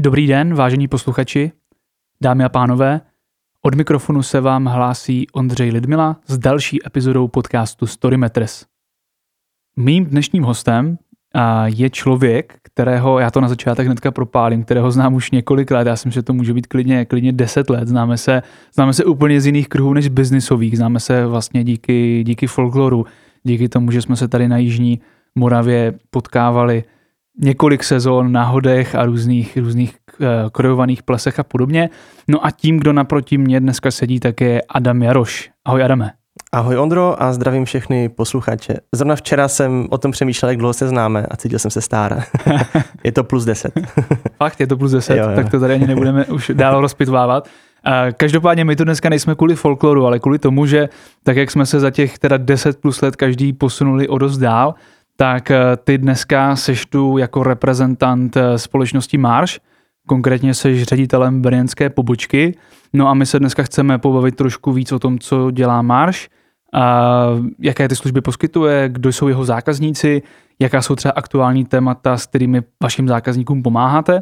Dobrý den, vážení posluchači, dámy a pánové. Od mikrofonu se vám hlásí Ondřej Lidmila s další epizodou podcastu Storymeters. Mým dnešním hostem je člověk, kterého, já to na začátek hnedka propálím, kterého znám už několik let, já si myslím, že to může být klidně 10 let, známe se úplně z jiných kruhů než biznisových, známe se vlastně díky folkloru, díky tomu, že jsme se tady na Jižní Moravě potkávali několik sezon na hodech a různých krojovaných plesech a podobně. No a tím, kdo naproti mě dneska sedí, tak je Adam Jaroš. Ahoj Adame. Ahoj Ondro a zdravím všechny posluchače. Zrovna včera jsem o tom přemýšlel, jak dlouho se známe a cítil jsem se stára. Je to plus 10. Fakt, je to plus 10, jo. Tak to tady ani nebudeme už dál rozpitvávat. Každopádně my tu dneska nejsme kvůli folkloru, ale kvůli tomu, že tak jak jsme se za těch 10 plus let každý posunuli o dost dál, tak ty dneska seš tu jako reprezentant společnosti Marš, konkrétně seš ředitelem brněnské pobočky. No a my se dneska chceme pobavit trošku víc o tom, co dělá Marš, jaké ty služby poskytuje, kdo jsou jeho zákazníci, jaká jsou třeba aktuální témata, s kterými vašim zákazníkům pomáháte.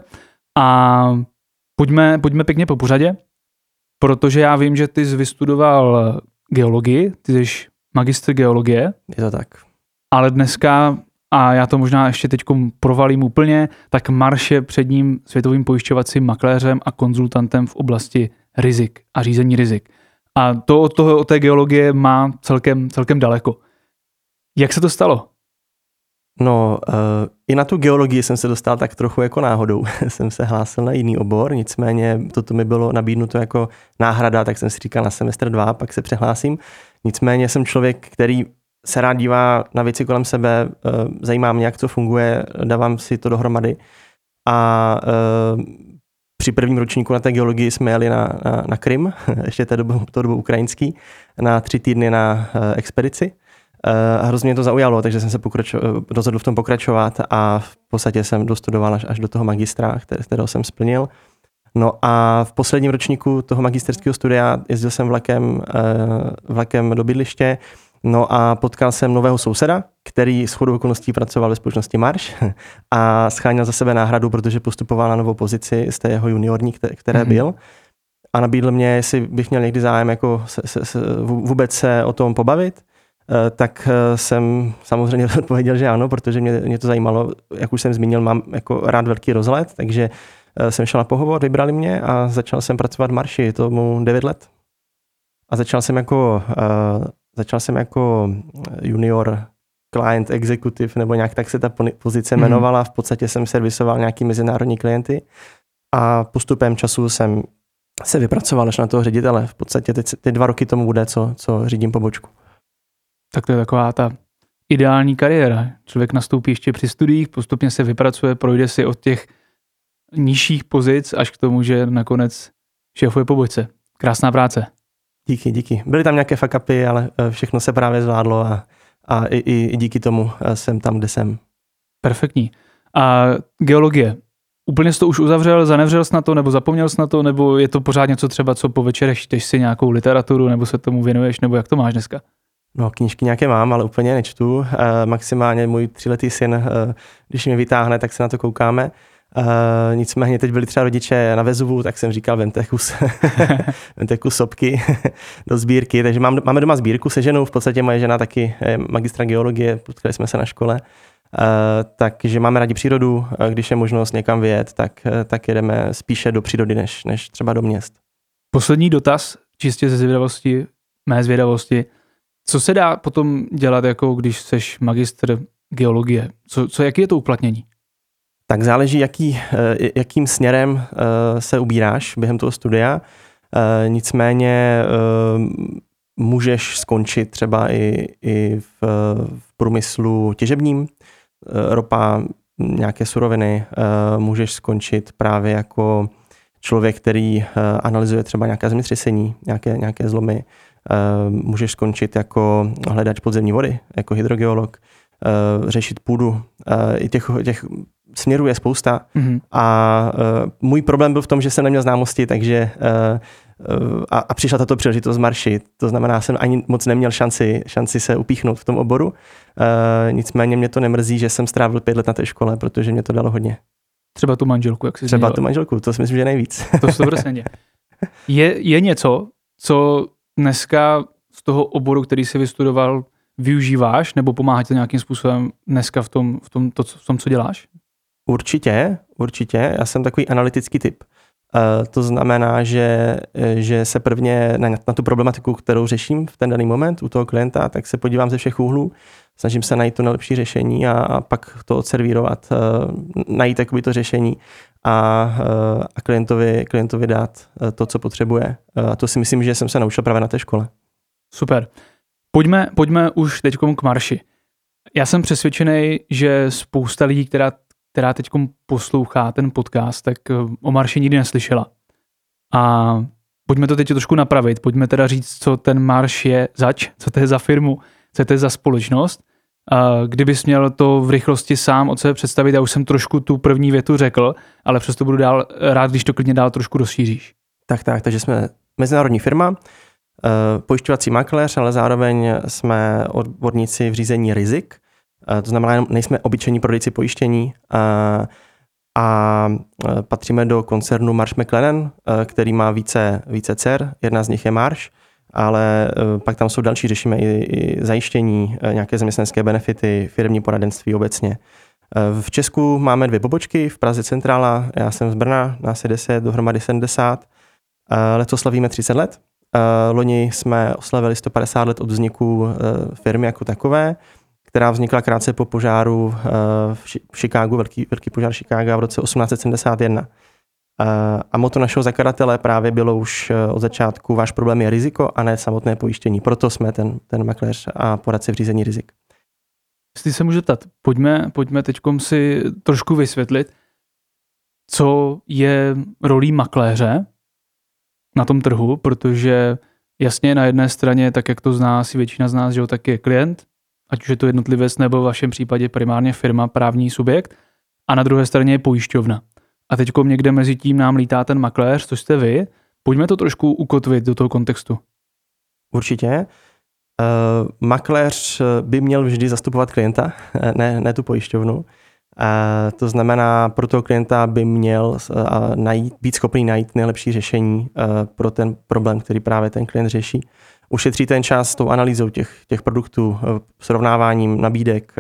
A pojďme pěkně po pořadě, protože já vím, že ty jsi vystudoval geologii, ty jsi magistr geologie. Je to tak. Ale dneska, a já to možná ještě teď provalím úplně, tak Marš je předním světovým pojišťovacím makléřem a konzultantem v oblasti rizik a řízení rizik. A to od té geologie má celkem daleko. Jak se to stalo? No, i na tu geologii jsem se dostal tak trochu jako náhodou. Jsem se hlásil na jiný obor, nicméně toto mi bylo nabídnuto jako náhrada, tak jsem si říkal na semestr 2, pak se přehlásím. Nicméně jsem člověk, který se rád dívá na věci kolem sebe, zajímá mě, jak to funguje, dávám si to dohromady. A při prvním ročníku na té geologii jsme jeli na Krym, ještě to dobu ukrajinský, na 3 týdny na expedici. A hrozně mě to zaujalo, takže jsem se rozhodl v tom pokračovat a v podstatě jsem dostudoval až do toho magistra, kterého jsem splnil. No a v posledním ročníku toho magisterského studia jezdil jsem vlakem do bydliště. No a potkal jsem nového souseda, který shodou okolností pracoval ve společnosti Marš a scháněl za sebe náhradu, protože postupoval na novou pozici z té jeho juniorní, které byl. A nabídl mě, jestli bych měl někdy zájem jako vůbec se o tom pobavit. Tak jsem samozřejmě odpověděl, že ano, protože mě to zajímalo. Jak už jsem zmínil, mám jako rád velký rozhled, takže jsem šel na pohovor, vybrali mě a začal jsem pracovat v Marši, je tomu 9 let. A začal jsem jako junior client executive, nebo nějak tak se ta pozice jmenovala. V podstatě jsem servisoval nějaký mezinárodní klienty a postupem času jsem se vypracoval až na toho ředitele. V podstatě teď 2 roky tomu bude, co řídím pobočku. Tak to je taková ta ideální kariéra. Člověk nastoupí ještě při studiích, postupně se vypracuje, projde si od těch nižších pozic až k tomu, že nakonec šéfuje pobočce. Krásná práce. Díky. Byly tam nějaké fuck upy, ale všechno se právě zvládlo a i díky tomu jsem tam, kde jsem. Perfektní. A geologie. Úplně jsi to už uzavřel, zanevřel jsi na to, nebo zapomněl jsi na to, nebo je to pořád něco třeba, co po večerech čteš si nějakou literaturu, nebo se tomu věnuješ, nebo jak to máš dneska? No, knížky nějaké mám, ale úplně nečtu. Maximálně můj 3letý syn, když mě vytáhne, tak se na to koukáme. Nicméně teď byli třeba rodiče na Vezuvu, tak jsem říkal, vemte kus sopky do sbírky. Takže máme doma sbírku se ženou, v podstatě moje žena taky je magistra geologie, potkali jsme se na škole. Takže máme rádi přírodu, když je možnost někam vyjet, tak jedeme spíše do přírody, než třeba do měst. Poslední dotaz, čistě ze zvědavosti, mé zvědavosti. Co se dá potom dělat, jako když seš magistr geologie? Jaký je to uplatnění? Tak záleží, jakým směrem se ubíráš během toho studia. Nicméně můžeš skončit třeba i v průmyslu těžebním, ropa, nějaké suroviny. Můžeš skončit právě jako člověk, který analyzuje třeba nějaké zemětřesení, nějaké zlomy. Můžeš skončit jako hledač podzemní vody, jako hydrogeolog, řešit půdu. I těch směrů je spousta. A můj problém byl v tom, že jsem neměl známosti, takže a přišla tato příležitost z Marši. To znamená, jsem ani moc neměl šanci se upíchnout v tom oboru. Nicméně mě to nemrzí, že jsem strávil 5 let na té škole, protože mě to dalo hodně. Třeba tu manželku, jak jsi Třeba zmínil. tu manželku, to si myslím, že nejvíc. To 100%. Je něco, co dneska z toho oboru, který jsi vystudoval, využíváš, nebo pomáhá ti nějakým způsobem dneska v tom, co děláš? Určitě. Já jsem takový analytický typ. To znamená, že se prvně na tu problematiku, kterou řeším v ten daný moment u toho klienta, tak se podívám ze všech úhlů, snažím se najít to nejlepší řešení a pak to odservírovat, najít takový to řešení a klientovi dát to, co potřebuje. A to si myslím, že jsem se naučil právě na té škole. Super. Pojďme už teď k marši. Já jsem přesvědčený, že spousta lidí, která teď poslouchá ten podcast, tak o marši nikdy neslyšela. A pojďme to teď trošku napravit. Pojďme teda říct, co ten marš je zač, co to je za firmu, co to je za společnost. Kdybys měl to v rychlosti sám od sebe představit, já už jsem trošku tu první větu řekl, ale přesto budu rád, když to klidně dál trošku rozšíříš. Takže jsme mezinárodní firma, pojišťovací makléř, ale zároveň jsme odborníci v řízení rizik. To znamená, nejsme obyčejní prodejci pojištění a patříme do koncernu Marsh McLennan, který má více dcer, jedna z nich je Marsh, ale pak tam jsou další, řešíme i zajištění, nějaké zaměstnanecké benefity, firemní poradenství obecně. V Česku máme 2 pobočky, v Praze centrála, já jsem z Brna, nás je 10, dohromady 70. Letos slavíme 30 let. Loni jsme oslavili 150 let od vzniku firmy jako takové, která vznikla krátce po požáru v Chicagu, velký požár Chicaga v roce 1871. A motto našeho zakladatele právě bylo už od začátku: váš problém je riziko a ne samotné pojištění. Proto jsme ten makléř a poradce v řízení rizik. Jestli se můžu ptat, pojďme teďkom si trošku vysvětlit, co je rolí makléře na tom trhu, protože jasně na jedné straně, tak jak to zná asi většina z nás, že tak je klient, ať už je to jednotlivec nebo v vašem případě primárně firma, právní subjekt, a na druhé straně je pojišťovna. A teďkom někde mezi tím nám lítá ten makléř, což jste vy. Pojďme to trošku ukotvit do toho kontextu. Určitě. Makléř by měl vždy zastupovat klienta, ne tu pojišťovnu. To znamená, pro toho klienta by měl být schopný najít nejlepší řešení pro ten problém, který právě ten klient řeší. Ušetří ten čas s tou analýzou těch produktů, srovnáváním nabídek,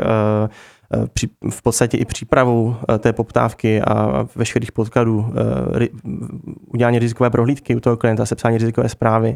v podstatě i přípravou té poptávky a veškerých podkladů, udělání rizikové prohlídky u toho klienta, sepsání rizikové zprávy.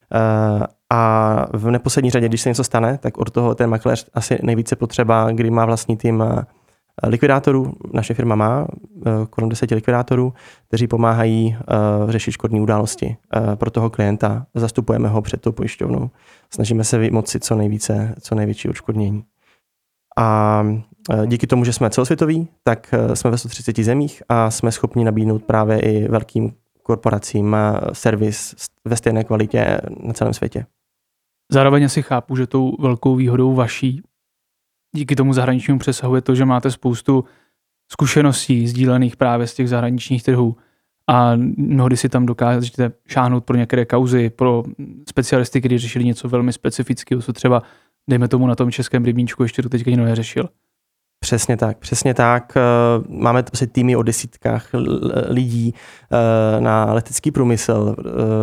A v neposlední řadě, když se něco stane, tak od toho ten makléř asi nejvíce potřeba, kdy má vlastní tým likvidátorů. Naše firma má kolem 10 likvidátorů, kteří pomáhají řešit škodní události pro toho klienta. Zastupujeme ho před tou pojišťovnou. Snažíme se vymoci co největší odškodnění. A díky tomu, že jsme celosvětoví, tak jsme ve 130 zemích a jsme schopni nabídnout právě i velkým korporacím servis ve stejné kvalitě na celém světě. Zároveň asi chápu, že tou velkou výhodou vaší díky tomu zahraničnímu přesahu je to, že máte spoustu zkušeností sdílených právě z těch zahraničních trhů a mnohdy si tam dokážete šáhnout pro některé kauzy, pro specialisty, kteří řešili něco velmi specifického, co třeba, dejme tomu, na tom českém rybníčku ještě do teďka nikdo neřešil. Přesně tak. Máme prostě týmy o desítkách lidí na letecký průmysl,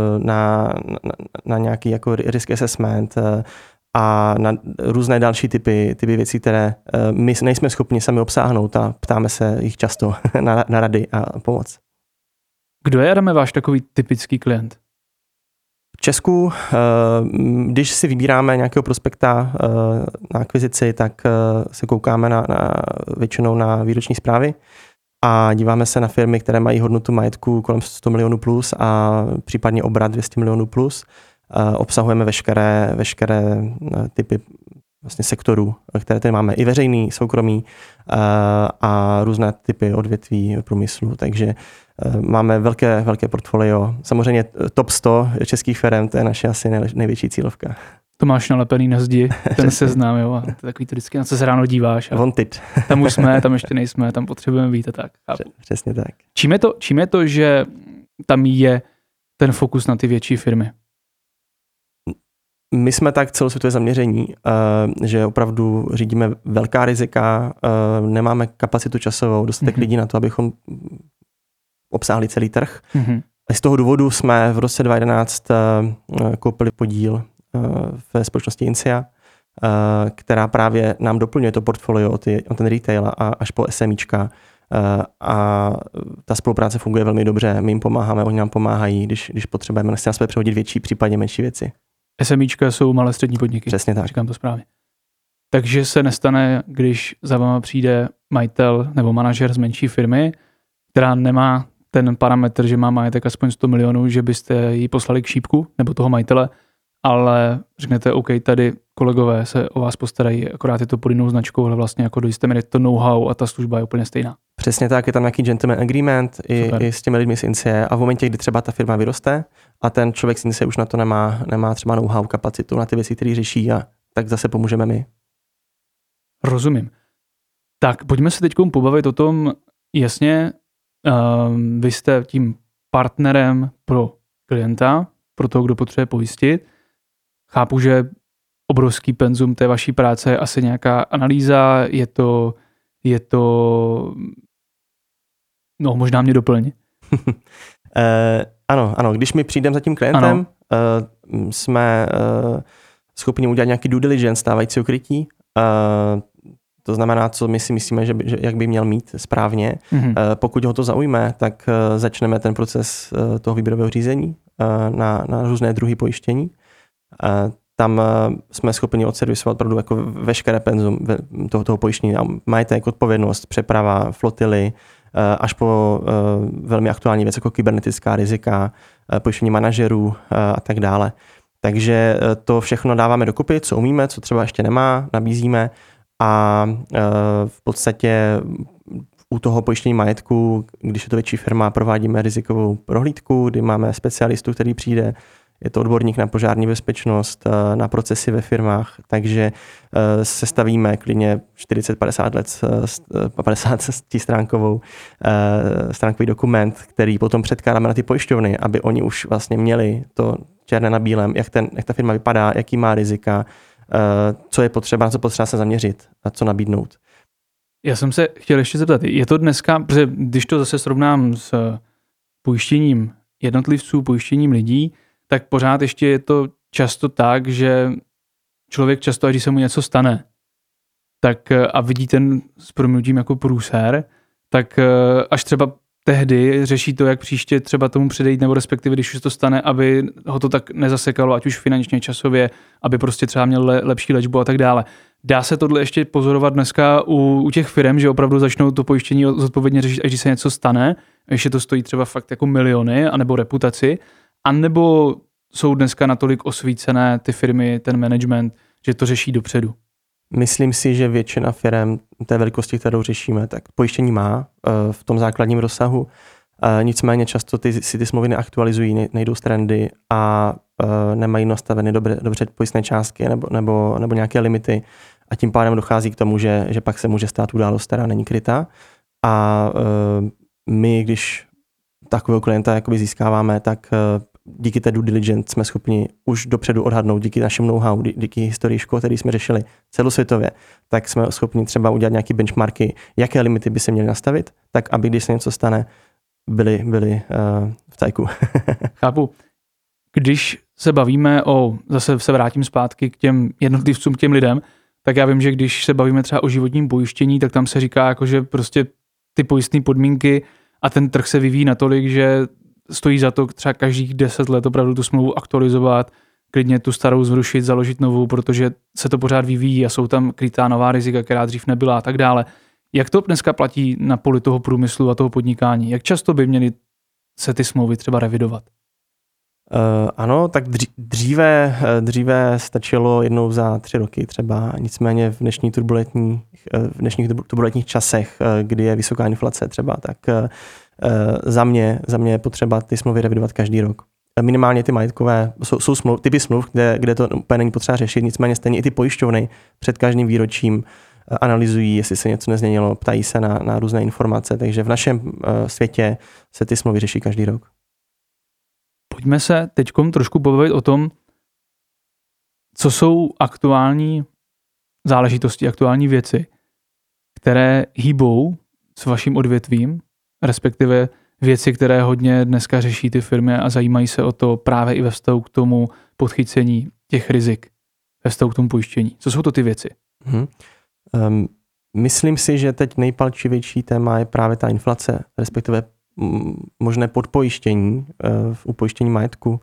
na nějaký jako risk assessment a na různé další typy věcí, které my nejsme schopni sami obsáhnout a ptáme se jich často na rady a pomoc. Kdo je, Adame, váš takový typický klient? V Česku, když si vybíráme nějakého prospekta na akvizici, tak se koukáme většinou na výroční zprávy a díváme se na firmy, které mají hodnotu majetku kolem 100 milionů plus a případně obrat 200 milionů plus. Obsahujeme veškeré typy vlastně sektorů, které tady máme, i veřejný, soukromý a různé typy odvětví průmyslu, takže máme velké portfolio. Samozřejmě top 100 českých firm, to je naše asi největší cílovka. To máš nalepený na zdi, ten seznam, jo, a to je takový to vždycky, na co se ráno díváš. Wanted. Tam už jsme, tam ještě nejsme, tam potřebujeme být a tak. Přesně tak. Čím je to, že tam je ten fokus na ty větší firmy? My jsme tak celosvětové zaměření, že opravdu řídíme velká rizika, nemáme kapacitu časovou, dostatek lidí na to, abychom obsáhli celý trh. A z toho důvodu jsme v roce 2011 koupili podíl ve společnosti Incia, která právě nám doplňuje to portfolio o ten retail a až po SMIčka. A ta spolupráce funguje velmi dobře, my jim pomáháme, oni nám pomáhají, když potřebujeme na sebe přehodit větší, případně menší věci. SMIčka jsou malé střední podniky. Přesně tak. Říkám to správně. Takže se nestane, když za váma přijde majitel nebo manažer z menší firmy, která nemá ten parametr, že má majetek aspoň 100 milionů, že byste ji poslali k šípku nebo toho majitele, ale řeknete, OK, tady kolegové se o vás postarají, akorát je to pod jinou značkou, ale vlastně jako do jisté míry to know-how a ta služba je úplně stejná. Přesně tak, je tam nějaký gentleman agreement i s těmi lidmi z Incie a v momentě, kdy třeba ta firma vyroste a ten člověk z Incie už na to nemá třeba know-how, kapacitu na ty věci, které řeší, a tak zase pomůžeme my. Rozumím. Tak pojďme se teď pobavit o tom, jasně, vy jste tím partnerem pro klienta, pro toho, kdo potřebuje pojistit. Chápu, že obrovský penzum té vaší práce je asi nějaká analýza, je to no možná mě doplň. Ano, když my přijdeme za tím klientem, jsme schopni udělat nějaký due diligence stávajícího krytí, to znamená, co my si myslíme, že jak by měl mít správně. Pokud ho to zaujme, tak začneme ten proces toho výběrového řízení na různé druhy pojištění. Tam jsme schopni odservisovat opravdu jako veškeré penzum toho pojištění, majetek, odpovědnost, přeprava, flotily, až po velmi aktuální věc jako kybernetická rizika, pojištění manažerů a tak dále. Takže to všechno dáváme dokupy, co umíme, co třeba ještě nemá, nabízíme a v podstatě u toho pojištění majetku, když je to větší firma, provádíme rizikovou prohlídku, kdy máme specialistu, který přijde, je to odborník na požární bezpečnost, na procesy ve firmách, takže sestavíme klidně 40-50 let 50 stránkový dokument, který potom předkládáme na ty pojišťovny, aby oni už vlastně měli to černé na bílém, jak ta firma vypadá, jaký má rizika, co je potřeba, na co potřeba se zaměřit a co nabídnout. Já jsem se chtěl ještě zeptat, je to dneska, protože když to zase srovnám s pojištěním jednotlivců, pojištěním lidí, tak pořád ještě je to často tak, že člověk často, když se mu něco stane, tak a vidí ten s prominutím jako průser, tak až třeba tehdy řeší to, jak příště třeba tomu předejít, nebo respektive, když už to stane, aby ho to tak nezasekalo, ať už finančně, časově, aby prostě třeba měl lepší léčbu a tak dále. Dá se tohle ještě pozorovat dneska u těch firem, že opravdu začnou to pojištění zodpovědně řešit, až když se něco stane, ještě to stojí třeba fakt jako miliony, anebo reputaci, anebo jsou dneska natolik osvícené ty firmy, ten management, že to řeší dopředu? Myslím si, že většina firem té velikosti, kterou řešíme, tak pojištění má v tom základním rozsahu. Nicméně často si ty smlouvy neaktualizují, nejdou z trendy a nemají nastaveny dobře pojistné částky nebo nějaké limity a tím pádem dochází k tomu, že pak se může stát událost, která není krytá. A my, když takového klienta jakoby získáváme, tak díky té due diligence jsme schopni už dopředu odhadnout, díky našemu know-how, díky historii škol, který jsme řešili celosvětově, tak jsme schopni třeba udělat nějaké benchmarky, jaké limity by se měly nastavit, tak aby když se něco stane, byli v tajku. Chápu. Když se bavíme zase se vrátím zpátky k těm jednotlivcům, k těm lidem, tak já vím, že když se bavíme třeba o životním pojištění, tak tam se říká, jako, že prostě ty pojistné podmínky a ten trh se vyvíjí natolik, že stojí za to třeba každých 10 let opravdu tu smlouvu aktualizovat, klidně tu starou zrušit, založit novou, protože se to pořád vyvíjí a jsou tam krytá nová rizika, která dřív nebyla a tak dále. Jak to dneska platí na poli toho průmyslu a toho podnikání? Jak často by měly se ty smlouvy třeba revidovat? Ano, tak dříve stačilo jednou za 3 roky třeba, nicméně v dnešních turbulentních časech, kdy je vysoká inflace třeba, tak za mě je potřeba ty smlouvy revidovat každý rok. Minimálně ty majetkové, jsou typy smluv, kde to úplně není potřeba řešit, nicméně stejně i ty pojišťovny před každým výročím analyzují, jestli se něco nezměnilo, ptají se na různé informace, takže v našem světě se ty smlouvy řeší každý rok. Pojďme se teďkom trošku pobavit o tom, co jsou aktuální záležitosti, aktuální věci, které hýbou s vaším odvětvím, respektive věci, které hodně dneska řeší ty firmy a zajímají se o to právě i ve vztahu k tomu podchycení těch rizik, ve vztahu k tomu pojištění. Co jsou to ty věci? Myslím si, že teď nejpalčivější téma je právě ta inflace, respektive možné podpojištění u pojištění majetku,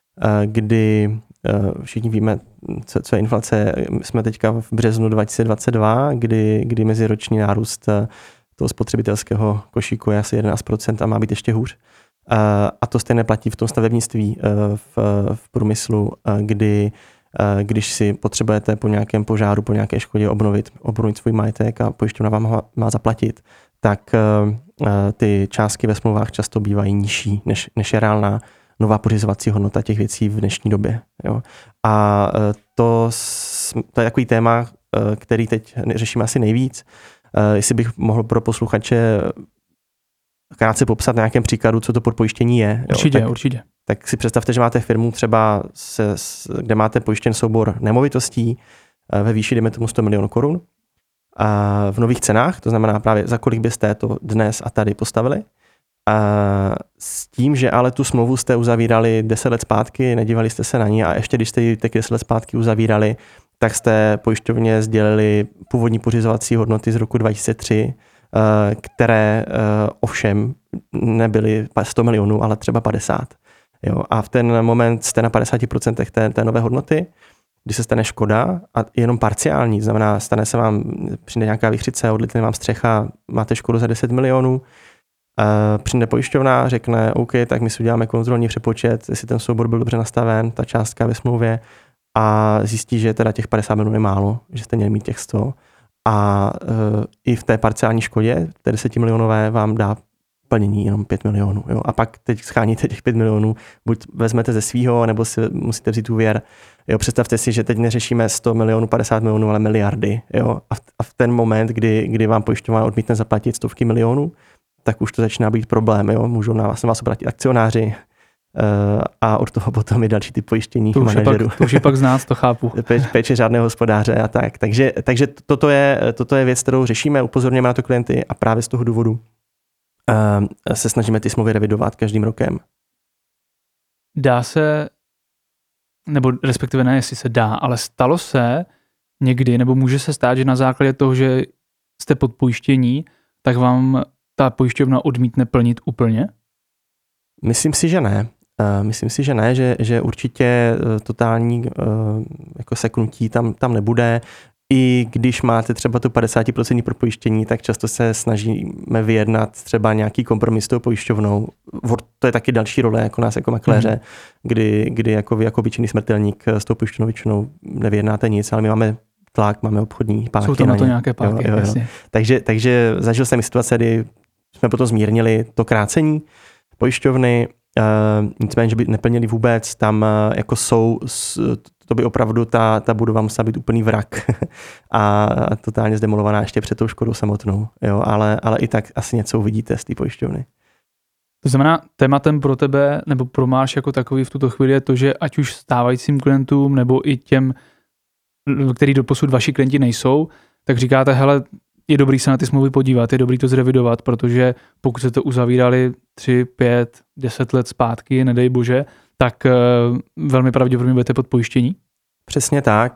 kdy všichni víme, co je inflace. Jsme teďka v březnu 2022, kdy meziroční nárůst toho spotřebitelského košíku je asi 11% a má být ještě hůř. A to stejně platí v tom stavebnictví, v průmyslu, kdy když si potřebujete po nějakém požáru, po nějaké škodě obnovit svůj majetek a pojišťovna vám má zaplatit, tak ty částky ve smlouvách často bývají nižší, než je reálná nová pořizovací hodnota těch věcí v dnešní době. Jo. A to je takový téma, který teď řešíme asi nejvíc. Jestli bych mohl pro posluchače krátce popsat na nějakém příkladu, co to podpojištění je. Určitě. Tak si představte, že máte firmu třeba, kde máte pojištěn soubor nemovitostí ve výši, dejme tomu 100 milionů korun a v nových cenách, to znamená právě za kolik byste to dnes a tady postavili. A s tím, že ale tu smlouvu jste uzavírali 10 let zpátky, nedívali jste se na ní a ještě když jste ji taky 10 let zpátky uzavírali, tak jste pojišťovně sdělili původní pořizovací hodnoty z roku 2003, které ovšem nebyly 100 milionů, ale třeba 50. Jo, a v ten moment jste na 50% té nové hodnoty, kdy se stane škoda a jenom parciální, znamená, stane se vám, přijde nějaká vichřice, odlitne vám střecha, máte škodu za 10 milionů, přijde pojišťovna, řekne, OK, tak my si uděláme kontrolní přepočet, jestli ten soubor byl dobře nastaven, ta částka ve smlouvě a zjistí, že teda těch 50 milionů je málo, že jste měli mít těch 100 a i v té parciální škodě, té 10 milionové vám dá plnění jenom 5 milionů. Jo? A pak teď scháníte těch 5 milionů, buď vezmete ze svýho, nebo si musíte vzít úvěr. Jo? Představte si, že teď neřešíme 100 milionů, 50 milionů, ale miliardy. Jo? A v ten moment, kdy vám pojišťovna odmítne zaplatit stovky milionů, tak už to začíná být problém. Jo? Můžou na vás obrátit akcionáři a od toho potom i další ty pojištění manažerů. To už je pak znát, to chápu. Péče řádného hospodáře a tak. Takže toto je věc, kterou řešíme, upozorňujeme na to klienty a právě z toho důvodu se snažíme ty smlouvy revidovat každým rokem. Dá se, nebo respektive ne, jestli se dá, ale stalo se někdy, nebo může se stát, že na základě toho, že jste pod pojištění, tak vám ta pojišťovna odmítne plnit úplně? Myslím si, že ne. Že určitě totální jako seknutí tam nebude. I když máte třeba to 50% propojištění, tak často se snažíme vyjednat třeba nějaký kompromis s tou pojišťovnou. To je taky další role jako nás jako makléře, kdy jako vy jako obyčejný smrtelník s tou pojišťovnou většinou nevyjednáte nic, ale my máme tlak, máme obchodní páky. Jsou to na to nějaké páky, jasně. Takže zažil jsem situace, kdy jsme potom zmírnili to krácení pojišťovny, nicméně, že by neplnili vůbec, tam jako to by opravdu ta budova musela být úplný vrak a totálně zdemolovaná ještě před tou škodou samotnou. Jo, ale i tak asi něco uvidíte z té pojišťovny. To znamená, tématem pro tebe nebo pro Máš jako takový v tuto chvíli je to, že ať už stávajícím klientům nebo i těm, který doposud vaši klienti nejsou, tak říkáte, hele, je dobrý se na ty smlouvy podívat, je dobrý to zrevidovat, protože pokud se to uzavírali 3, 5, 10 let zpátky, nedej bože, tak velmi pravděpodobně budete pod pojištění? Přesně tak.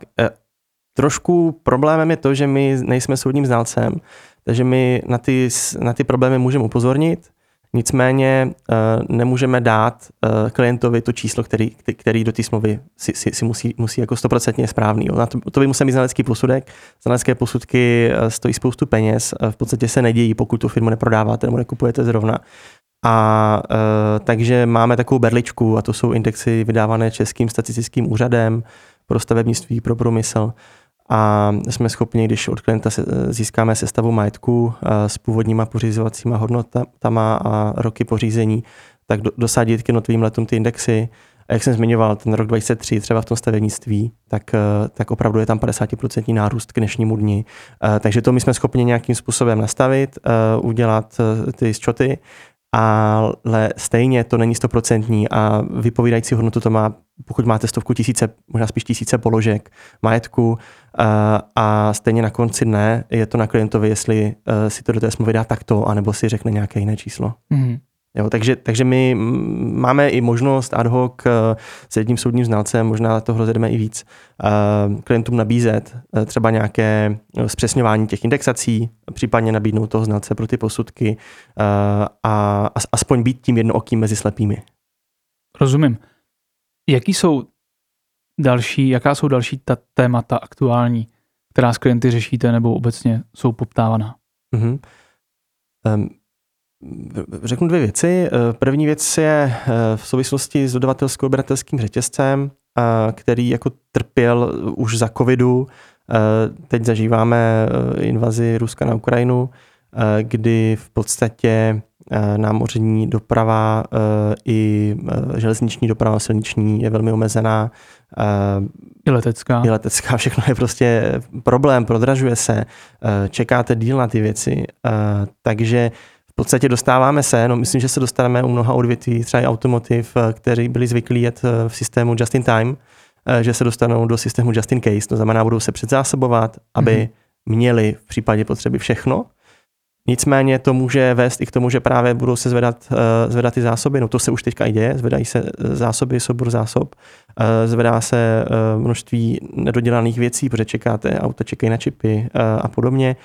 Trošku problémem je to, že my nejsme soudním znalcem, takže my na ty problémy můžeme upozornit, nicméně nemůžeme dát klientovi to číslo, který do té smlouvy si musí jako 100% správný. Jo. To by musel mít znalecký posudek. Znalecké posudky stojí spoustu peněz, v podstatě se nedějí, pokud tu firmu neprodáváte nebo nekupujete zrovna. A takže máme takovou berličku a to jsou indexy vydávané Českým statistickým úřadem pro stavebnictví, pro průmysl. A jsme schopni, když od klienta získáme sestavu majetku s původníma pořizovacíma hodnotama a roky pořízení, tak dosadit k jednotlivým letům ty indexy. A jak jsem zmiňoval, ten rok 2003 třeba v tom stavebnictví, tak opravdu je tam 50% nárůst k dnešnímu dni. Takže to my jsme schopni nějakým způsobem nastavit, udělat ty sčoty, ale stejně to není 100% a vypovídající hodnotu to má pokud máte stovku, tisíce, možná spíš tisíce položek majetku a stejně na konci dne je to na klientovi, jestli si to do té smlouvy dá takto, anebo si řekne nějaké jiné číslo. Jo, takže my máme i možnost ad hoc s jedním soudním znalcem, možná toho rozjedeme i víc, klientům nabízet třeba nějaké zpřesňování těch indexací, případně nabídnout toho znalce pro ty posudky a aspoň být tím jednookým mezi slepými. Rozumím. Jaká jsou další ta témata aktuální, která s klienty řešíte nebo obecně jsou poptávaná? Řeknu dvě věci. První věc je v souvislosti s dodavatelsko-odběratelským řetězcem, který jako trpěl už za covidu. Teď zažíváme invazi Ruska na Ukrajinu, kdy v podstatě námořní doprava i železniční doprava silniční je velmi omezená. I letecká. Všechno je prostě problém, prodražuje se, čekáte díl na ty věci. Takže v podstatě dostáváme se, myslím, že se dostaneme u mnoha odvětví, třeba i automotiv, kteří byli zvyklí jet v systému just in time, že se dostanou do systému just in case, to znamená, budou se předzásobovat, aby měli v případě potřeby všechno. Nicméně to může vést i k tomu, že právě budou se zvedat ty zásoby, no to se už teďka i děje, zvedají se zásoby, soubor zásob, zvedá se množství nedodělaných věcí, protože čekáte, auta čekají na čipy a podobně,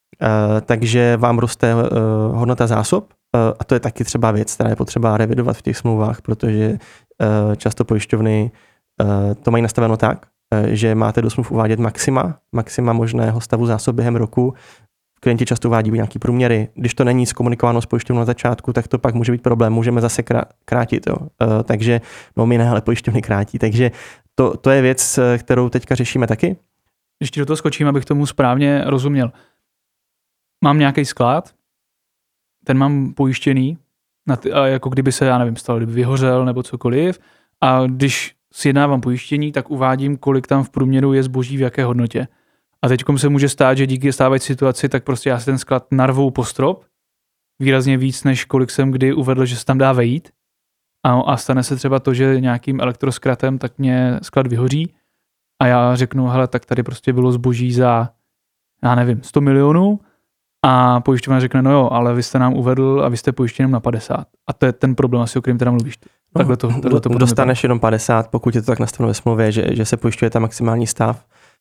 takže vám roste hodnota zásob a to je taky třeba věc, která je potřeba revidovat v těch smlouvách, protože často pojišťovny to mají nastaveno tak, že máte do smluv uvádět maxima možného stavu zásob během roku. Klienti často uvádí nějaký průměry. Když to není zkomunikováno s pojišťovnou na začátku, tak to pak může být problém. Můžeme zase krátit. Jo. Takže, my ne, ale pojišťovny krátí. Takže to je věc, kterou teďka řešíme taky. Ještě do toho skočím, abych tomu správně rozuměl. Mám nějaký sklad, ten mám pojištěný, jako kdyby se, stalo, kdyby vyhořel nebo cokoliv. A když sjednávám pojištění, tak uvádím, kolik tam v průměru je zboží v jaké hodnotě. A teďkom se může stát, že díky stávající situaci, tak prostě já si ten sklad narvou po strop, výrazně víc, než kolik jsem kdy uvedl, že se tam dá vejít. A stane se třeba to, že nějakým elektroskratem tak mě sklad vyhoří a já řeknu, hele, tak tady prostě bylo zboží za, 100 milionů a pojišťovna řekne, no jo, ale vy jste nám uvedl a vy jste pojištěn na 50. A to je ten problém asi, o kterém teda mluvíš. Takhle to dostaneš jenom 50, pokud je to tak nastaveno ve smlouvě, že se pojišťuje ta maximální stav.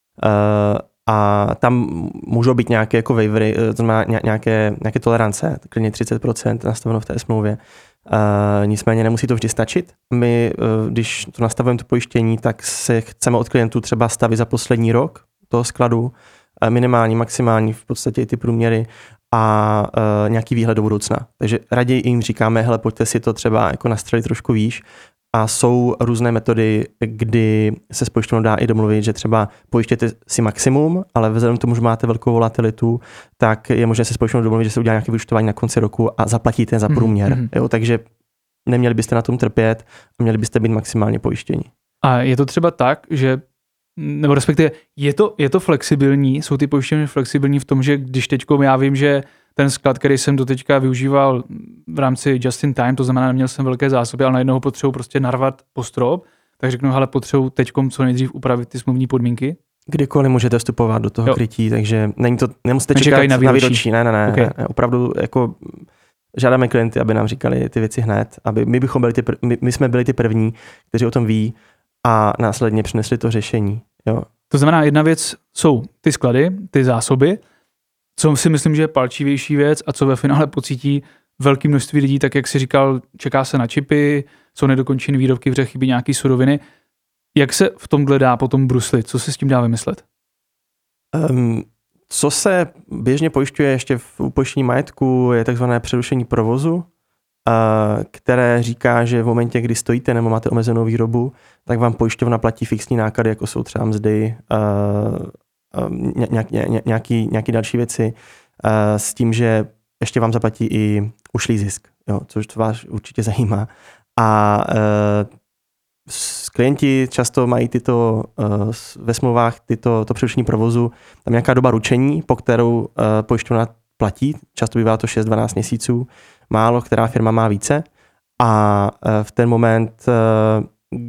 A tam můžou být nějaké jako waivery, to znamená nějaké tolerance, klidně 30% nastaveno v té smlouvě. Nicméně nemusí to vždy stačit. My, když to nastavujeme to pojištění, tak se chceme od klientů třeba stavit za poslední rok toho skladu, minimální, maximální, v podstatě i ty průměry a nějaký výhled do budoucna. Takže raději jim říkáme, hele, pojďte si to třeba jako nastřelit trošku výš. A jsou různé metody, kdy se s pojišťovnou dá i domluvit, že třeba pojištěte si maximum, ale vzhledem k tomu, že máte velkou volatilitu, tak je možné se s pojišťovnou domluvit, že se udělá nějaké vyúčtování na konci roku a zaplatíte za průměr. Jo, takže neměli byste na tom trpět a měli byste být maximálně pojištěni. A je to třeba tak, že nebo respektive je to flexibilní, jsou ty pojišťovny flexibilní v tom, že když teďko já vím, že ten sklad, který jsem doteďka využíval v rámci just in time, to znamená, neměl jsem velké zásoby, ale najednou potřebuji prostě narvat po strop, tak řeknu, hele, potřebuji teďkom co nejdřív upravit ty smluvní podmínky. Kdykoliv můžete vstupovat do toho krytí, takže nemusíte čekat na výročí. Ne. Okay. Ne. Opravdu jako žádáme klienty, aby nám říkali ty věci hned, aby my jsme byli ty první, kteří o tom ví a následně přinesli to řešení. Jo. To znamená, jedna věc jsou ty sklady, ty zásoby, co si myslím, že je palčivější věc a co ve finále pocítí velké množství lidí, tak jak si říkal, čeká se na čipy, jsou nedokončené výrobky, protože chybí nějaký suroviny. Jak se v tomhle dá potom bruslit? Co se s tím dá vymyslet? Co se běžně pojišťuje ještě v pojištění majetku, je takzvané přerušení provozu, které říká, že v momentě, kdy stojíte nebo máte omezenou výrobu, tak vám pojišťovna platí fixní náklady, jako jsou třeba mzdy, nějaký další věci, s tím, že ještě vám zaplatí i ušlý zisk, jo, což to vás určitě zajímá. A klienti často mají ve smlouvách to přerušení provozu, tam nějaká doba ručení, po kterou pojišťovna platí, často bývá to 6-12 měsíců, málo která firma má více a v ten moment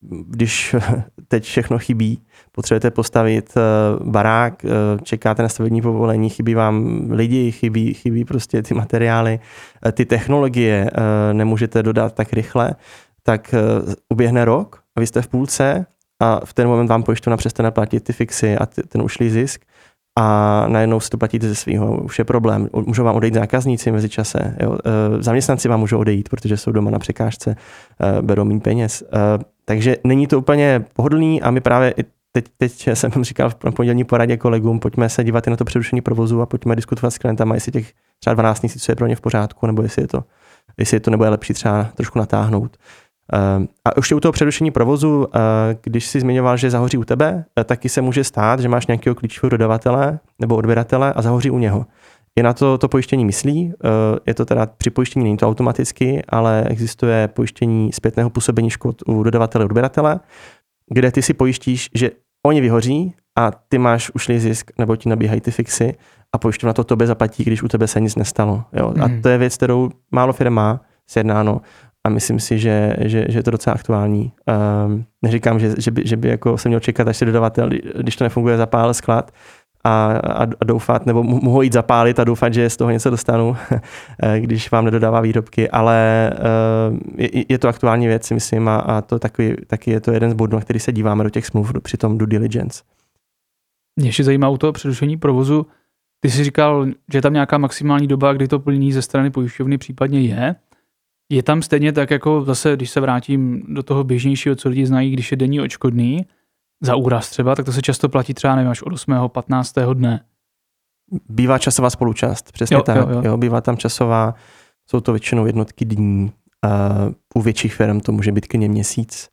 když teď všechno chybí, potřebujete postavit barák, čekáte na stavební povolení, chybí vám lidi, chybí prostě ty materiály, ty technologie nemůžete dodat tak rychle, tak uběhne rok a vy jste v půlce a v ten moment vám pojišťovna přestane platit ty fixy a ten ušlý zisk a najednou si to platíte ze svého. Už je problém. Můžou vám odejít zákazníci mezičase. Jo? Zaměstnanci vám můžou odejít, protože jsou doma na překážce, berou méně peněz. Takže není to úplně pohodlný a my právě teď jsem říkal v pondělní poradě kolegům, pojďme se dívat i na to přerušení provozu a pojďme diskutovat s klientama, jestli těch třeba 12 měsíců je pro ně v pořádku, nebo jestli je to nebo je lepší třeba trošku natáhnout. A ještě u toho přerušení provozu, když si zmiňoval, že zahoří u tebe, taky se může stát, že máš nějakého klíčového dodavatele nebo odběratele a zahoří u něho. Je na to pojištění myslí, je to teda při pojištění, není to automaticky, ale existuje pojištění zpětného působení škod u dodavatele odběratele, kde ty si pojištíš, že oni vyhoří a ty máš ušlý zisk nebo ti nabíhají ty fixy a pojišťovna to tobě zaplatí, když u tebe se nic nestalo. Jo? A to je věc, kterou málo firm má sjednáno. A myslím si, že je to docela aktuální. Neříkám, že by jako se měl čekat, až se dodavatel, když to nefunguje, zapálil sklad a doufat, nebo mohu jít zapálit a doufat, že z toho něco dostanu, když vám nedodává výrobky, ale je to aktuální věc, myslím, a to taky je to jeden z bodů, na který se díváme do těch smluv při tom due diligence. Mě ještě zajímá u toho přerušení provozu. Ty jsi říkal, že je tam nějaká maximální doba, kdy to plnění ze strany pojišťovny případně je. Je tam stejně tak, jako zase, když se vrátím do toho běžnějšího, co lidi znají, když je denní odškodný, za úraz třeba, tak to se často platí třeba, nevím, až od 8. 15. dne. Bývá časová spoluúčast, přesně tak. Jo, bývá tam časová, jsou to většinou jednotky dní. U větších firm to může být klidně měsíc.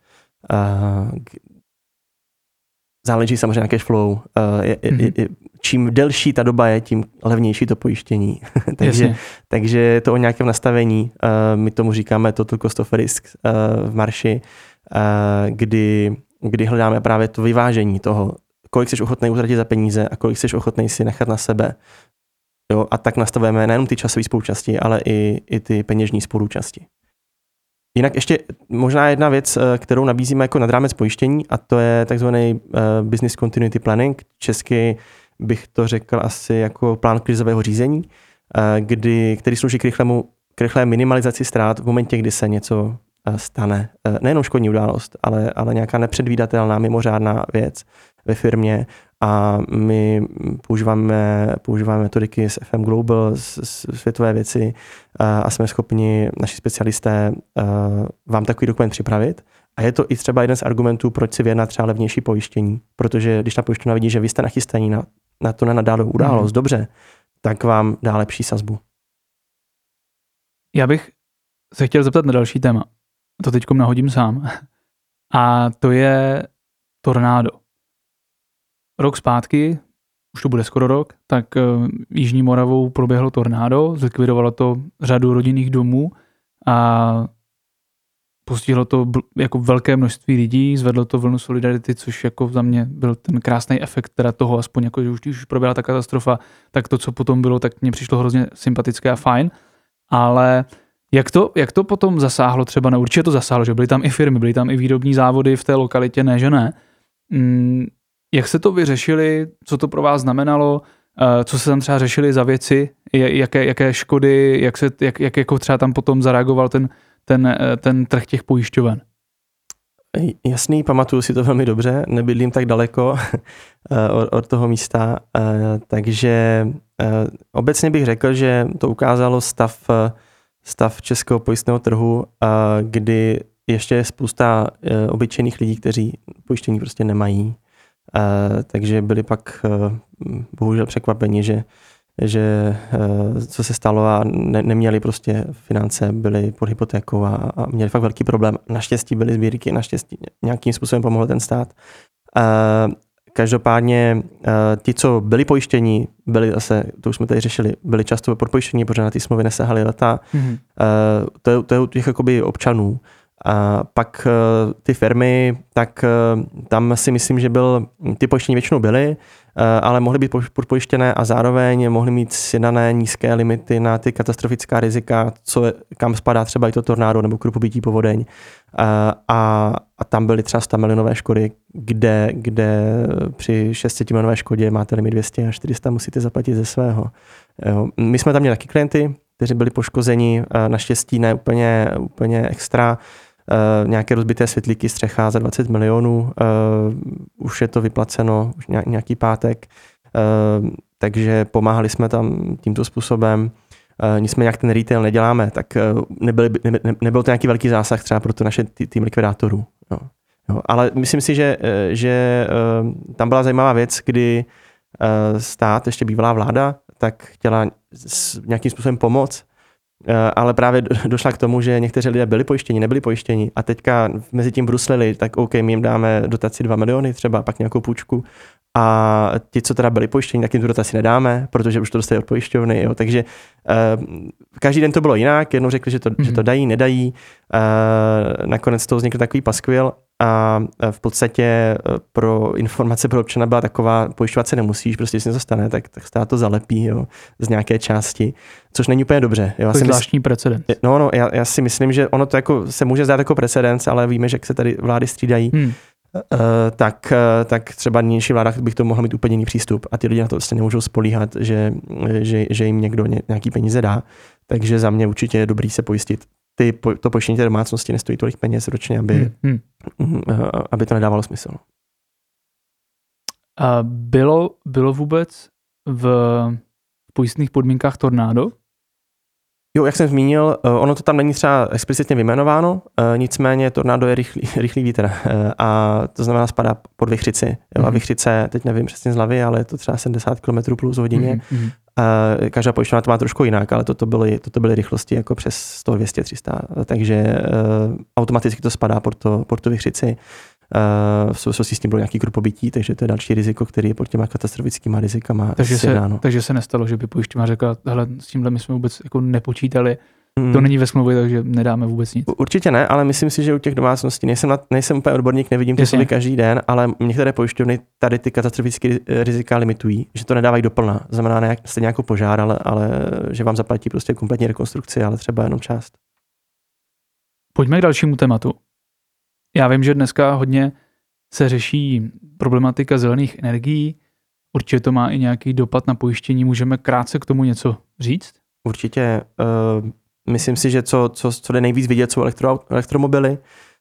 Záleží samozřejmě na cash flow. Čím delší ta doba je, tím levnější to pojištění. takže je to o nějakém nastavení. My tomu říkáme total cost of risk v marši, kdy hledáme právě to vyvážení toho, kolik jsi ochotný utratit za peníze a kolik jsi ochotný si nechat na sebe. Jo, a tak nastavujeme nejenom ty časové spoluúčasti, ale i ty peněžní spoluúčasti. Jinak ještě možná jedna věc, kterou nabízíme jako nad rámec pojištění, a to je takzvaný business continuity planning. Česky bych to řekl asi jako plán krizového řízení, který slouží k rychlé minimalizaci ztrát v momentě, kdy se něco stane. Nejenom škodní událost, ale nějaká nepředvídatelná mimořádná věc ve firmě. A my používáme metodiky z FM Global, z světové věci a jsme schopni, naši specialisté, vám takový dokument připravit. A je to i třeba jeden z argumentů, proč si vyjednat třeba levnější pojištění. Protože když ta pojišťovna vidí, že vy jste nachystaní na to nenadálou událost, dobře, tak vám dá lepší sazbu. Já bych se chtěl zeptat na další téma. To teďkom nahodím sám. A to je tornádo. Rok zpátky, už to bude skoro rok, tak Jižní Moravou proběhlo tornádo, zlikvidovalo to řadu rodinných domů a postihlo to jako velké množství lidí, zvedlo to vlnu solidarity, což jako za mě byl ten krásný efekt teda toho, aspoň jako, že když už proběhla ta katastrofa, tak to, co potom bylo, tak mně přišlo hrozně sympatické a fajn, ale jak to potom zasáhlo třeba, určitě to zasáhlo, že byly tam i firmy, byly tam i výrobní závody v té lokalitě, ne, že ne. Jak se to vyřešili, co to pro vás znamenalo, co se tam třeba řešili za věci, jaké škody, jak jako třeba tam potom zareagoval ten trh těch pojišťoven? Jasný, pamatuju si to velmi dobře, nebydlím tak daleko od toho místa, takže obecně bych řekl, že to ukázalo stav českého pojistného trhu, kdy ještě je spousta obyčejných lidí, kteří pojištění prostě nemají. Takže byli pak bohužel překvapeni, že co se stalo a neměli prostě finance, byli pod hypotékou a měli fakt velký problém. Naštěstí byly sbírky, naštěstí nějakým způsobem pomohl ten stát. Každopádně ti, co byli pojištěni, byli zase, to už jsme tady řešili, byli často podpojištěni, protože na ty smlouvy nesahali leta. To je u těch jakoby občanů. Pak ty firmy, tak tam si myslím, že ty pojištění většinou byly, ale mohly být pojištěné a zároveň mohly mít sjednané nízké limity na ty katastrofická rizika, kam spadá třeba i to tornádo nebo krupobytí povodeň. A tam byly třeba 100 milionové škody, kde při 600 milionové škodě máte limit 200 a 400 musíte zaplatit ze svého. Jo. My jsme tam měli taky klienty, kteří byli poškozeni, naštěstí ne úplně extra, nějaké rozbité světlíky, střecha za 20 milionů, už je to vyplaceno, už nějaký pátek, takže pomáhali jsme tam tímto způsobem. Nicméně jak ten retail neděláme, tak nebyl to nějaký velký zásah třeba pro to naše tým likvidátorů. No. Jo, ale myslím si, že tam byla zajímavá věc, kdy stát, ještě bývalá vláda, tak chtěla nějakým způsobem pomoct, ale právě došla k tomu, že někteří lidé byli pojištěni, nebyli pojištěni a teďka mezi tím bruslili, tak OK, my jim dáme dotaci 2 miliony, třeba pak nějakou půjčku a ti, co teda byli pojištěni, tak jim tu dotaci nedáme, protože už to dostali od pojišťovny, jo. Takže každý den to bylo jinak, jednou řekli, že to dají, nedají, nakonec to vznikl takový paskvil a v podstatě pro informace pro občana byla taková, pojišťovat se nemusíš, prostě když se to stane, tak stát to zalepí, jo, z nějaké části, což není úplně dobře. Jo. To je zvláštní precedens. No, já si myslím, že ono to jako se může zdát jako precedens, ale víme, že jak se tady vlády střídají, tak třeba nynější vláda bych to mohla mít úplně jiný přístup a ty lidi na to vlastně nemůžou spolíhat, že jim někdo nějaký peníze dá. Takže za mě určitě je dobrý se pojistit. To pojištění té domácnosti nestojí tolik peněz ročně, aby to nedávalo smysl. A bylo vůbec v pojistných podmínkách tornádo? Jo, jak jsem zmínil, ono to tam není třeba explicitně vyjmenováno, nicméně tornádo je rychlý vítr a to znamená spadá pod vichřici. Jo, a vichřice, teď nevím přesně z hlavy, ale je to třeba 70 km plus hodině. Každá pojišťovna to má trošku jinak, ale toto byly rychlosti jako přes 100, 200, 300, takže automaticky to spadá pod tu vichřici. V souvislosti s tím bylo nějaký krupobytí, takže to je další riziko, který je pod těma katastrofickýma rizikama. Takže se nestalo, že by pojišťovna řekla, hele, s tímhle my jsme vůbec jako nepočítali, to není ve smlouvě, takže nedáme vůbec nic. Určitě ne, ale myslím si, že u těch domácností, nejsem úplně odborník, nevidím ty slovy každý den, ale některé pojišťovny tady ty katastrofické rizika limitují, že to nedávají doplna. Znamená stejně jako požár, ale že vám zaplatí prostě kompletní rekonstrukci, ale třeba jenom část. Pojďme k dalšímu tématu. Já vím, že dneska hodně se řeší problematika zelených energií. Určitě to má i nějaký dopad na pojištění. Můžeme krátce k tomu něco říct? Určitě. Myslím si, že co jde nejvíc vidět, jsou elektromobily.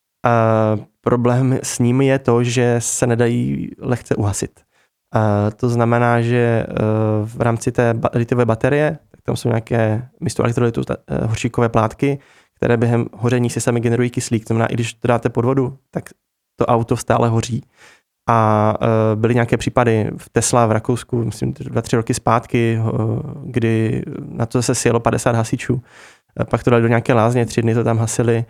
Problém s nimi je to, že se nedají lehce uhasit. To znamená, že v rámci té litové baterie, tak tam jsou nějaké místo elektrolytu hořčíkové plátky, které během hoření si sami generují kyslík. To znamená, i když to dáte pod vodu, tak to auto stále hoří. A byly nějaké případy v Tesla v Rakousku, myslím 2-3 roky zpátky, kdy na to se sjelo 50 hasičů. Pak to dali do nějaké lázně, 3 dny to tam hasili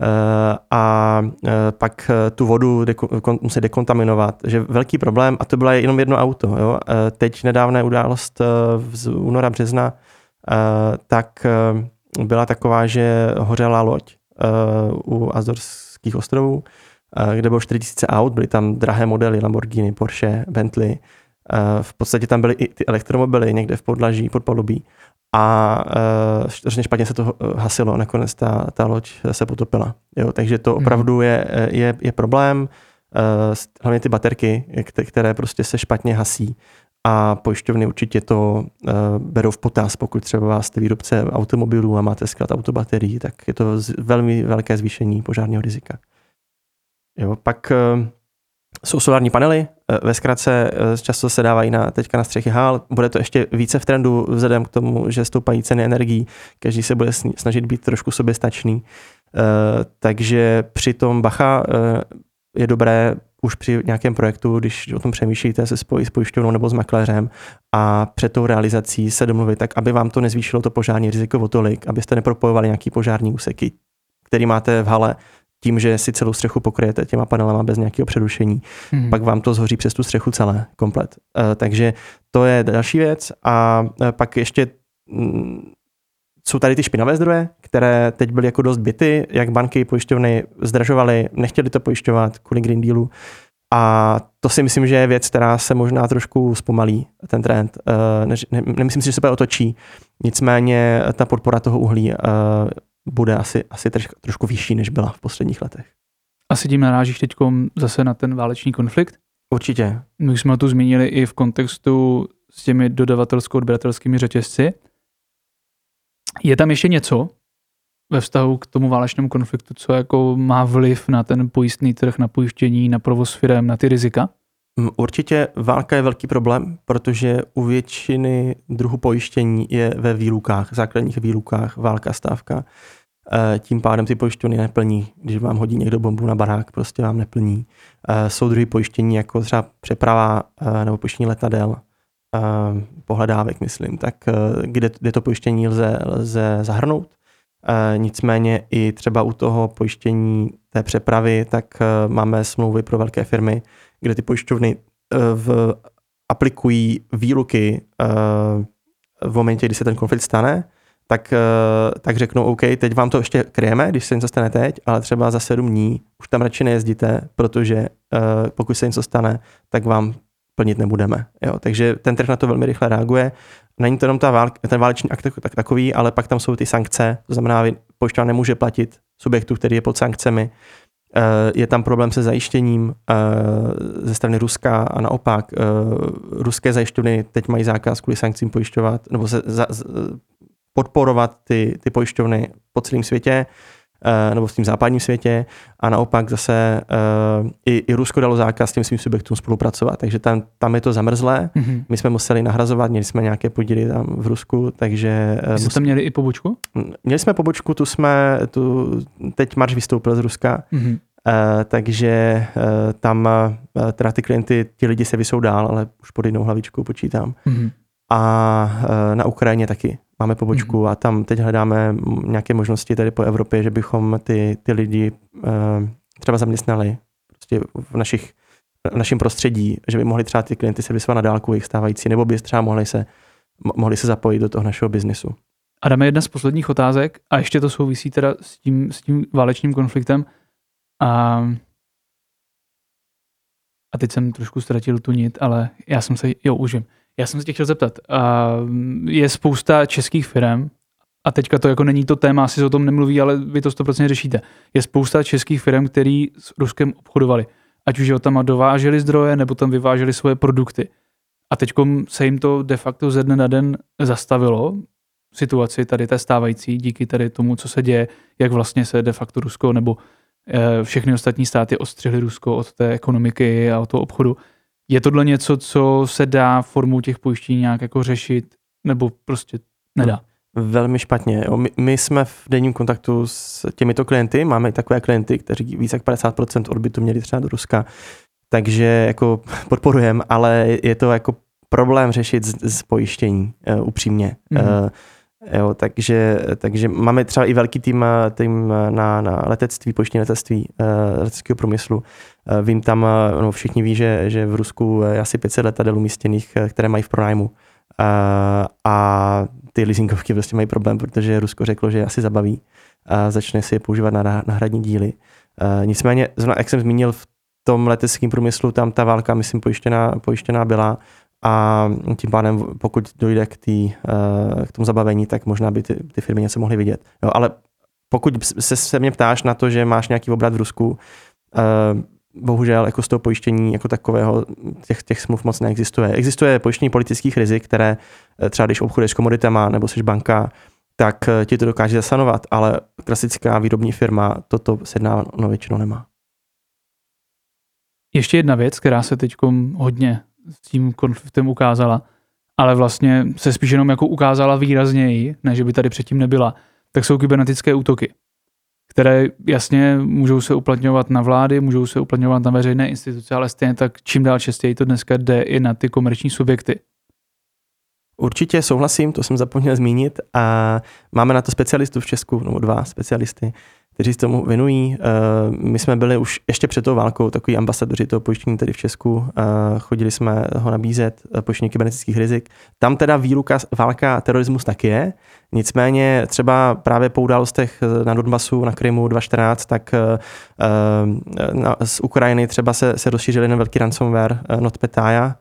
a pak tu vodu musí dekontaminovat. Takže velký problém a to bylo jenom jedno auto. Jo. Teď nedávná událost z února, března, tak byla taková, že hořela loď u Azorských ostrovů, kde bylo 4000 aut, byly tam drahé modely, Lamborghini, Porsche, Bentley. V podstatě tam byly i ty elektromobily někde v podlaží, podpalubí a hrozně špatně se to hasilo, nakonec ta loď se potopila. Jo, takže to opravdu je problém, hlavně ty baterky, které prostě se špatně hasí. A pojišťovny určitě to berou v potaz, pokud třeba jste výrobce automobilů a máte sklad autobaterií, tak je to velmi velké zvýšení požárního rizika. Jo, pak jsou solární panely, ve zkratce často se dávají teďka na střechy hal, bude to ještě více v trendu vzhledem k tomu, že stoupají ceny energií, každý se bude snažit být trošku soběstačný, takže při tom bacha je dobré už při nějakém projektu, když o tom přemýšlíte, se spojit s pojišťovnou nebo s makléřem a před tou realizací se domluvit tak, aby vám to nezvýšilo to požární riziko o tolik, abyste nepropojovali nějaký požární úseky, který máte v hale, tím, že si celou střechu pokryjete těma panelama bez nějakého přerušení, pak vám to zhoří přes tu střechu celé, komplet. Takže to je další věc a pak ještě jsou tady ty špinavé zdroje, které teď byly jako dost bity, jak banky, pojišťovny zdražovaly, nechtěli to pojišťovat kvůli Green Dealu. A to si myslím, že je věc, která se možná trošku zpomalí, ten trend. Nemyslím si, že se bude otočí. Nicméně ta podpora toho uhlí bude asi trošku vyšší, než byla v posledních letech. Asi tím narážíš teď zase na ten válečný konflikt? Určitě. My jsme to zmínili i v kontextu s těmi dodavatelsko-odběratelskými řetězci. Je tam ještě něco ve vztahu k tomu válečnému konfliktu, co jako má vliv na ten pojistný trh, na pojištění, na provoz firem, na ty rizika? Určitě válka je velký problém, protože u většiny druhů pojištění je ve výlukách, základních výlukách, válka, stávka. Tím pádem ty pojišťovny neplní. Když vám hodí někdo bombu na barák, prostě vám neplní. Jsou druhy pojištění, jako třeba přeprava nebo pojištění letadel, pohledávek, myslím, tak kde to pojištění lze zahrnout. Nicméně i třeba u toho pojištění té přepravy, tak máme smlouvy pro velké firmy, kde ty pojišťovny aplikují výluky v momentě, kdy se ten konflikt stane, tak řeknou, OK, teď vám to ještě kryjeme, když se něco stane teď, ale třeba za 7 dní už tam radši nejezdíte, protože pokud se něco stane, tak vám plnit nebudeme. Jo? Takže ten trh na to velmi rychle reaguje. Není to jenom ten válečný akt takový, ale pak tam jsou ty sankce, to znamená, pojišťovna nemůže platit subjektu, který je pod sankcemi. Je tam problém se zajištěním ze strany Ruska a naopak. Ruské zajišťovny teď mají zákaz kvůli sankcím pojišťovat nebo podporovat ty pojišťovny po celém světě nebo v tím západním světě a naopak zase i Rusko dalo zákaz s těm svým subjektům spolupracovat, takže tam je to zamrzlé. Mm-hmm. My jsme museli nahrazovat, měli jsme nějaké podíly tam v Rusku, takže... Jste tam měli i pobočku? Měli jsme pobočku, teď Marš vystoupil z Ruska, mm-hmm. Takže tam teda ty klienty, ti lidi se vysou dál, ale už pod jednou hlavičkou počítám. Mm-hmm. A na Ukrajině taky máme pobočku a tam teď hledáme nějaké možnosti tady po Evropě, že bychom ty lidi třeba zaměstnali prostě v našem prostředí, že by mohli třeba ty klienty servisovat na dálku jejich stávající, nebo by třeba mohli se zapojit do toho našeho biznesu. Adame, jedna z posledních otázek, a ještě to souvisí teda s tím válečným konfliktem. A teď jsem trošku ztratil tu nit, ale už vím. Já jsem se tě chtěl zeptat, je spousta českých firm, a teďka to jako není to téma, asi se o tom nemluví, ale vy to 100% řešíte. Je spousta českých firm, který s Ruskem obchodovali. Ať už tam dováželi zdroje, nebo tam vyváželi svoje produkty. A teďko se jim to de facto ze dne na den zastavilo, situaci tady té stávající, díky tady tomu, co se děje, jak vlastně se de facto Rusko nebo všechny ostatní státy odstřihly Rusko od té ekonomiky a od toho obchodu. Je tohle něco, co se dá formou těch pojištění nějak jako řešit, nebo prostě nedá? Velmi špatně. My jsme v denním kontaktu s těmito klienty, máme i takové klienty, kteří víc jak 50% odbytu měli třeba do Ruska, takže jako podporujeme, ale je to jako problém řešit z pojištění, upřímně. Jo, takže máme třeba i velký tým na letectví, pojištění letectví, leteckého průmyslu. Vím tam, všichni ví, že v Rusku je asi 500 letadel umístěných, které mají v pronájmu. A ty leasingovky prostě mají problém, protože Rusko řeklo, že je asi zabaví a začne si je používat na náhradní díly. Nicméně, jak jsem zmínil, v tom leteckém průmyslu tam ta válka, myslím, pojištěná byla. A tím pádem, pokud dojde k tomu zabavení, tak možná by ty firmy něco mohly vidět. Jo, ale pokud se mě ptáš na to, že máš nějaký obrat v Rusku, bohužel jako z toho pojištění jako takového těch smluv moc neexistuje. Existuje pojištění politických rizik, které třeba když obchoduješ s komoditama nebo jsi banka, tak ti to dokáže zasanovat, ale klasická výrobní firma toto sjednáno většinou nemá. Ještě jedna věc, která se teď hodně s tím konfliktem ukázala, ale vlastně se spíš jenom jako ukázala výrazněji, než by tady předtím nebyla, tak jsou kybernetické útoky, které jasně můžou se uplatňovat na vlády, můžou se uplatňovat na veřejné instituce, ale stejně tak čím dál častěji to dneska jde i na ty komerční subjekty. Určitě souhlasím, to jsem zapomněl zmínit a máme na to specialistu v Česku, nebo 2 specialisty, kteří se tomu věnují. My jsme byli už ještě před tou válkou takový ambasadoři toho pojištění tady v Česku. Chodili jsme ho nabízet, pojištění kybernetických rizik. Tam teda výluka válka terorismus taky je. Nicméně třeba právě po událostech na Donbasu, na Krymu 2014, tak z Ukrajiny třeba se rozšířil jeden velký ransomware NotPetya,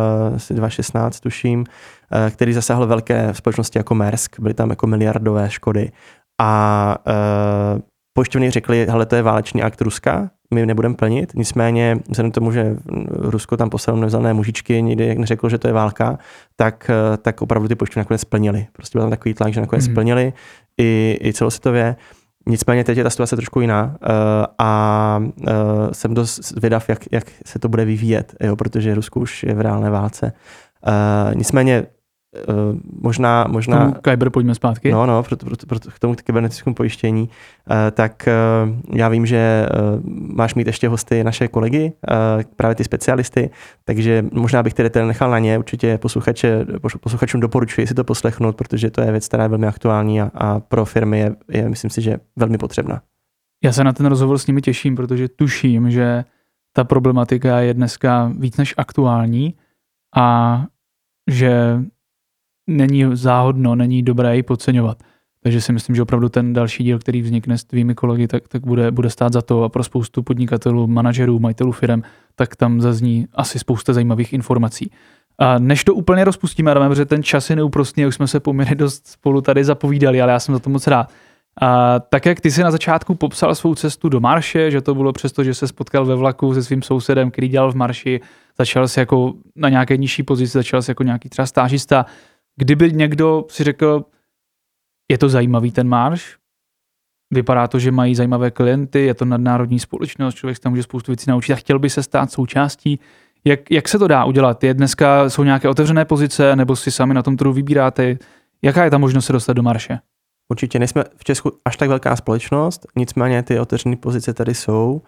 2016 tuším, který zasáhl velké společnosti jako Maersk. Byly tam jako miliardové škody. A pojišťovny řekli, hele, to je válečný akt Ruska, my nebudeme plnit, nicméně vzhledem k tomu, že Rusko tam poslalo nevzdané mužičky, nikdy neřeklo, že to je válka, tak opravdu ty pojišťovny nakonec splnili. Prostě byl tam takový tlak, že nakonec splnili i celosvětově. Nicméně teď je ta situace trošku jiná a jsem dost zvědav, jak se to bude vyvíjet, jo, protože Rusko už je v reálné válce. Nicméně možná... Kyber, pojďme zpátky. No, k tomu kybernetickému pojištění, tak já vím, že máš mít ještě hosty naše kolegy, právě ty specialisty, takže možná bych tedy nechal na ně, určitě posluchačům doporučuji si to poslechnout, protože to je věc, která je velmi aktuální a pro firmy je myslím si, že velmi potřebná. Já se na ten rozhovor s nimi těším, protože tuším, že ta problematika je dneska víc než aktuální a že není záhodno, není dobré ji podceňovat. Takže si myslím, že opravdu ten další díl, který vznikne s tvými kolegy, tak bude stát za to a pro spoustu podnikatelů, manažerů, majitelů firem, tak tam zazní asi spousta zajímavých informací. A než to úplně rozpustíme, Adame, protože ten čas je neúprostný, už jsme se poměrně dost spolu tady zapovídali, ale já jsem za to moc rád. A tak jak ty si na začátku popsal svou cestu do marše, že to bylo přesto, že se spotkal ve vlaku se svým sousedem, který dělal v marši, začal si jako na nějaké nižší pozici, začal si jako nějaký třeba stážista. Kdyby někdo si řekl, je to zajímavý ten marš, vypadá to, že mají zajímavé klienty, je to nadnárodní společnost, člověk se tam může spoustu věcí naučit a chtěl by se stát součástí. Jak se to dá udělat? Dneska jsou nějaké otevřené pozice, nebo si sami na tom trhu vybíráte? Jaká je ta možnost se dostat do marše? Určitě nejsme v Česku až tak velká společnost, nicméně ty otevřené pozice tady jsou.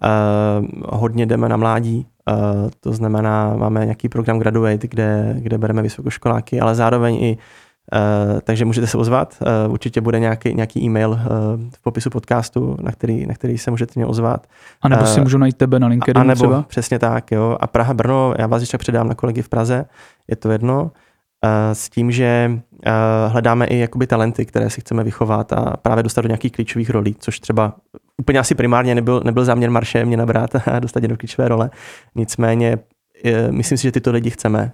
Hodně jdeme na mládí, to znamená, máme nějaký program Graduate, kde bereme vysokoškoláky, ale zároveň i takže můžete se ozvat. Určitě bude nějaký e-mail v popisu podcastu, na který se můžete mě ozvat. A nebo si můžu najít tebe na LinkedInu třeba? Přesně tak, jo. A Praha, Brno, já vás ještě předám na kolegy v Praze, je to jedno. S tím, že hledáme i jakoby talenty, které si chceme vychovat a právě dostat do nějakých klíčových rolí, což třeba úplně asi primárně nebyl záměr marše mě nabrat a dostat do klíčové role. Nicméně myslím si, že tyto lidi chceme,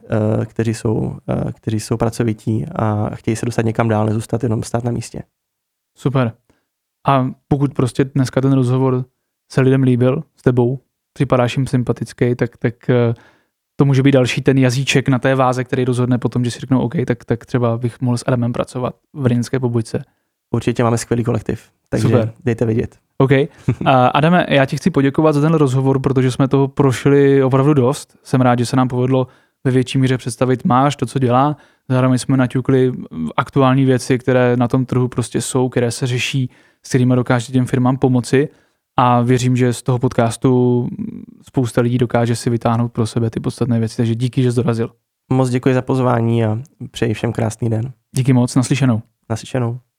kteří jsou pracovití a chtějí se dostat někam dál, nezůstat jenom stát na místě. Super. A pokud prostě dneska ten rozhovor se lidem líbil s tebou, připadáš jim sympatický, tak to může být další ten jazyček na té váze, který rozhodne potom, že si řeknou OK, tak třeba bych mohl s Adamem pracovat v brněnské pobočce. Určitě máme skvělý kolektiv, takže super. Dejte vědět. OK. Adame, já ti chci poděkovat za ten rozhovor, protože jsme toho prošli opravdu dost. Jsem rád, že se nám povedlo ve větší míře představit Máš, to, co dělá. Zároveň jsme naťukli aktuální věci, které na tom trhu prostě jsou, které se řeší, s kterými dokáže těm firmám pomoci. A věřím, že z toho podcastu spousta lidí dokáže si vytáhnout pro sebe ty podstatné věci. Takže díky, že jsi dorazil. Moc děkuji za pozvání a přeji všem krásný den. Díky moc, naslyšenou. Naslyšenou.